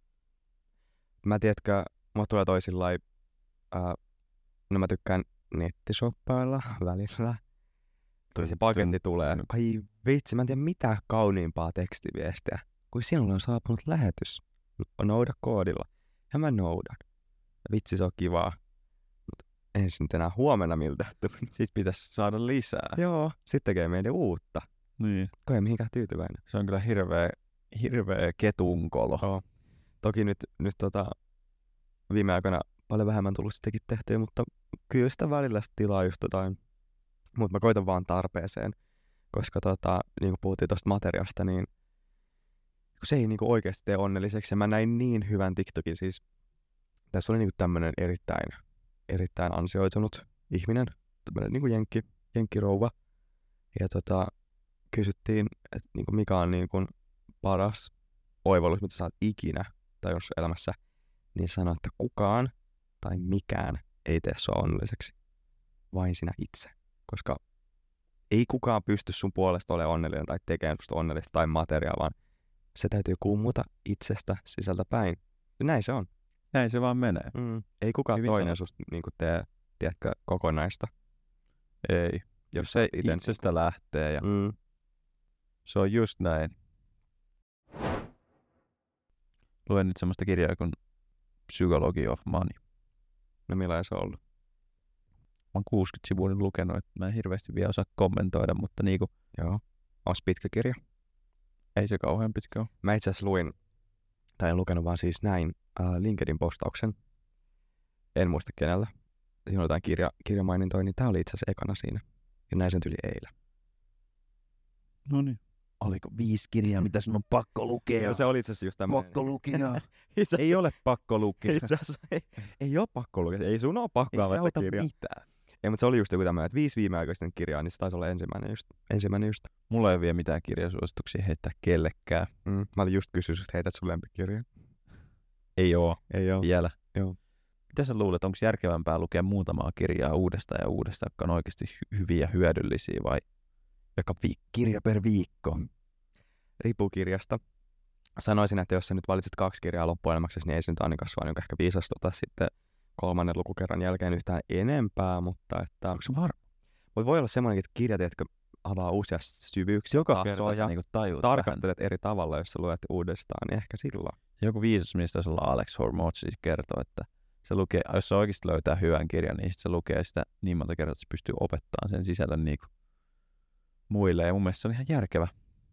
Mä tiedätkö, mulla tulee toisillai, ää, no mä tykkään nettishoppailla välillä. Tuli se paketti tulee. Ai vitsi, mä en tiedä mitään kauniimpaa tekstiviestiä, kun sinulle on saapunut lähetys. Nouda koodilla. Ja mä noudan. Vitsi, se on kivaa. Mut ei se nyt enää huomenna miltä. Sit pitäisi saada lisää. Joo, sit tekee meidän uutta. Niin. Kun ei mihinkään tyytyväinen. Se on kyllä hirveä, hirveä ketunkolo. Joo. Toki nyt, nyt tota, viime aikoina paljon vähemmän tullut sitäkin tehtyä, mutta kyllä sitä välillä sit tilaa just jotain. Mutta mä koitan vaan tarpeeseen, koska tota, niin kuin puhuttiin tosta materiasta, niin kun se ei niin kuin oikeasti tee onnelliseksi. Ja mä näin niin hyvän TikTokin, siis tässä oli niin kuin tämmönen erittäin, erittäin ansioitunut ihminen, tämmönen niin kuin jenkki, jenkkirouva. Ja tota, kysyttiin, että niin kuin mikä on niin kuin paras oivallus, mitä sä oot ikinä tajunnut sun elämässä, niin sanoi, että kukaan tai mikään ei tee sua onnelliseksi, vain sinä itse. Koska ei kukaan pysty sun puolesta olemaan onnellinen tai tekemään susta onnellista tai materiaa, vaan se täytyy kummuta itsestä sisältä päin. Ja näin se on. Näin se vaan menee. Mm. Ei kukaan Hyvin toinen sanottu. susta niin kuin tee, tiedätkö, kokonaista. Ei. Jos se ite itsestä lähtee ja Mm. se on just näin. Luen nyt semmoista kirjaa kuin Psychology of Money. No millainen se on ollut? Mä oon kuusikymmentä sivua nyt lukenut, että mä en hirveästi vielä osaa kommentoida, mutta niinku, Joo. Onko pitkä kirja? ei se kauhean pitkä ole. Mä itse asiassa luin, tai en lukenut vaan siis näin, äh, LinkedIn-postauksen. En muista kenellä. Siinä oli jotain kirja, kirjamainintoja, niin tää oli itse asiassa ekana siinä. Ja näin sen tyli eilen. No niin. Oliko viisi kirjaa, mitä sun on pakko lukea? Ja se oli itse asiassa just tämmönen. Pakko lukea. Itse Ei ole pakko lukea. Itse asiassa ei, ei ole pakko lukea. Ei sun ole pakko Ei se avata auta kirjaa. mitään. Ei, mutta se oli just joku tämmöinen, että viisi viimeaikaisten kirjaa, niin se taisi olla ensimmäinen just. Ensimmäinen just. Mulla ei ole vielä mitään kirjasuosituksia heittää kellekään. Mm. Mä olin just kysynyt, että heität sun lempikirjaa. Ei oo Ei oo. vielä. Joo. Mitä sä luulet, onko järkevämpää lukea muutamaa kirjaa uudestaan ja uudestaan, jotka on oikeasti hy- hyviä ja hyödyllisiä, vai joka vi- kirja per viikko? Riippuu kirjasta. Sanoisin, että jos sä nyt valitset kaksi kirjaa loppuelämäksesi, niin ei se nyt ainakaan sua niin ehkä viisastuta sitten kolmannen lukukerran jälkeen yhtään enempää, mutta että... Onko se varma? Mutta voi olla semmoinenkin, että kirjat, jotka avaa uusia syvyyksiä, Joka kerta tasoja, sä niinku tajut tarkastelet eri tavalla, jos sä luet uudestaan, niin ehkä silloin. Joku viisas, mistä se Alex Hormozzi siis kertoo, että se lukee, jos se oikeasti löytää hyvän kirjan, niin sit se lukee sitä niin monta kertaa, että se pystyy opettamaan sen sisällön niinku muille. Ja mun mielestä se on ihan järkevä,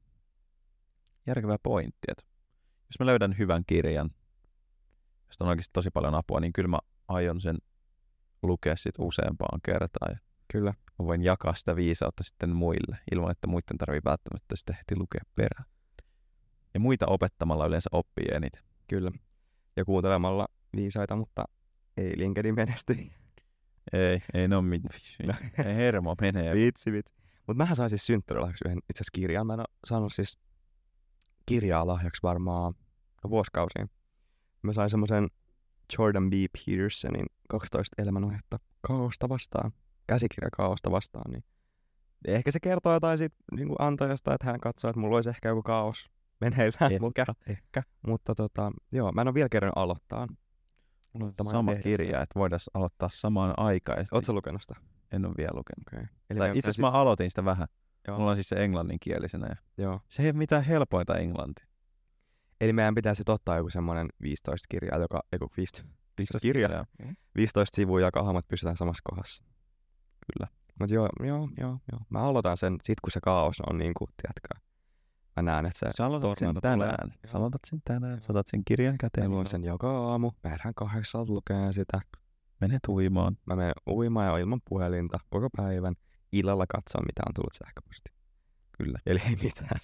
järkevä pointti, että jos mä löydän hyvän kirjan, josta on oikeasti tosi paljon apua, niin kyllä mä aion sen lukea sit useampaan kertaan. Ja Kyllä. mä voin jakaa sitä viisautta sitten muille, ilman että muiden tarvii välttämättä sitä heti lukea perään. Ja muita opettamalla yleensä oppii eniten. Kyllä. Ja kuuntelemalla viisaita, mutta ei LinkedIn menesty. Ei, ei ne ole mit... ei hermo menee. Vitsi, vitsi. Mutta mähän sain siis synttärilahjaksi yhden itse asiassa kirjan. Mä en ole saanut siis kirjaa lahjaksi varmaan no, vuosikausiin. Mä sain semmoisen Jordan B. Petersonin kaksitoista elämänohjetta kaaosta vastaan. Käsikirja kaaosta vastaan. Niin ehkä se kertoo jotain siitä niin kuin antajasta, että hän katsoo, että mulla olisi ehkä joku kaos meneillään. Ehkä, mutta, ehkä. mutta tota, joo, mä en ole vielä kerran aloittaa. Mulla on Mutta mä sama tehdä kirja, että voidaan aloittaa samaan aikaan. Ootko sä lukenut sitä? En ole vielä lukenut. Okay. Eli Tai meidän itse asiassa pitää mä aloitin sitä vähän. Joo. Mulla on siis se englanninkielisenä. Ja Joo. se ei ole mitään helpointa englantia. Eli meidän pitäisi ottaa joku semmoinen viisitoista kirjaa, joka, eiku viisitoista, viisitoista kirjaa, viisitoista sivua, joka hahmot pysytään samassa kohdassa. Kyllä. Mut joo, joo, joo, joo. Mä aloitan sen sit, kun se kaos on niinku, tiedätkö, mä näen, että se Sä aloitat sen tänään. Sä aloitat sen tänään. Sä otat sen kirjan käteen. Mä luen sen joka aamu. Mä herään kahdeksalta lukeen sitä. Menet uimaan. Mä menen uimaan ja ilman puhelinta koko päivän. Illalla katson, mitä on tullut sähköposti. Kyllä. Eli ei mitään.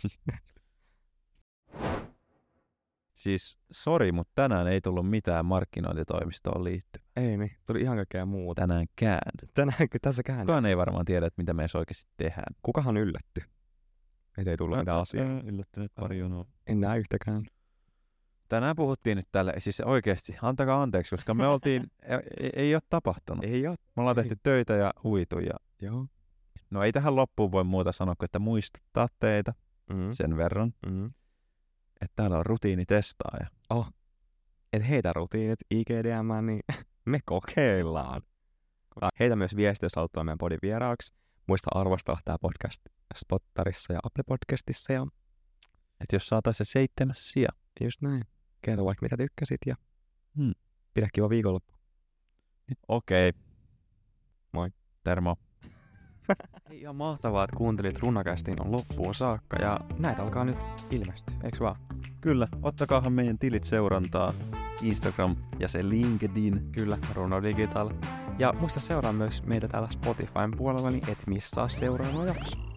Siis, sori, mutta tänään ei tullut mitään markkinointitoimistoon liittyvää. Ei niin, tuli ihan kaikkea muuta. Tänäänkään. Tänäänkö tässäkään? Kukaan ei varmaan tiedä, että mitä meissä oikeasti tehdään. Kukahan yllätty? Että ei tullut mitään asiaa. Yllättynyt pari jonoa. En näe yhtäkään. Tänään puhuttiin nyt tälle, siis oikeasti, antakaa anteeksi, koska me oltiin, ei, ei ole tapahtunut. Ei oo. Me ollaan tehty töitä ja huitu. Ja... Joo. No ei tähän loppuun voi muuta sanoa, kuin että muistuttaa teitä Mm. sen verran, Mm. että täällä on rutiinitestaaja. Oh. Et heitä rutiinit I G D M, niin me kokeillaan. Heitä myös viestiä, jos haluat tulla meidän podin vieraaksi. Muista arvostaa tää podcast Spottarissa ja Apple Podcastissa. Ja... Että jos saataisiin se seitsemäs sija. Just näin. Kerro vaikka mitä tykkäsit ja Hmm. pidä kiva viikonloppu. Okei. Okay. Moi. Termo. Ihan mahtavaa, että kuuntelit Runakästin on loppuun saakka ja näitä alkaa nyt ilmestyä, eiks vaan? Kyllä, ottakaahan meidän tilit seurantaa. Instagram ja se LinkedIn. Kyllä, Runo Digital. Ja muista seuraa myös meitä täällä Spotifyn puolella, niin et missaa seuraava jakso.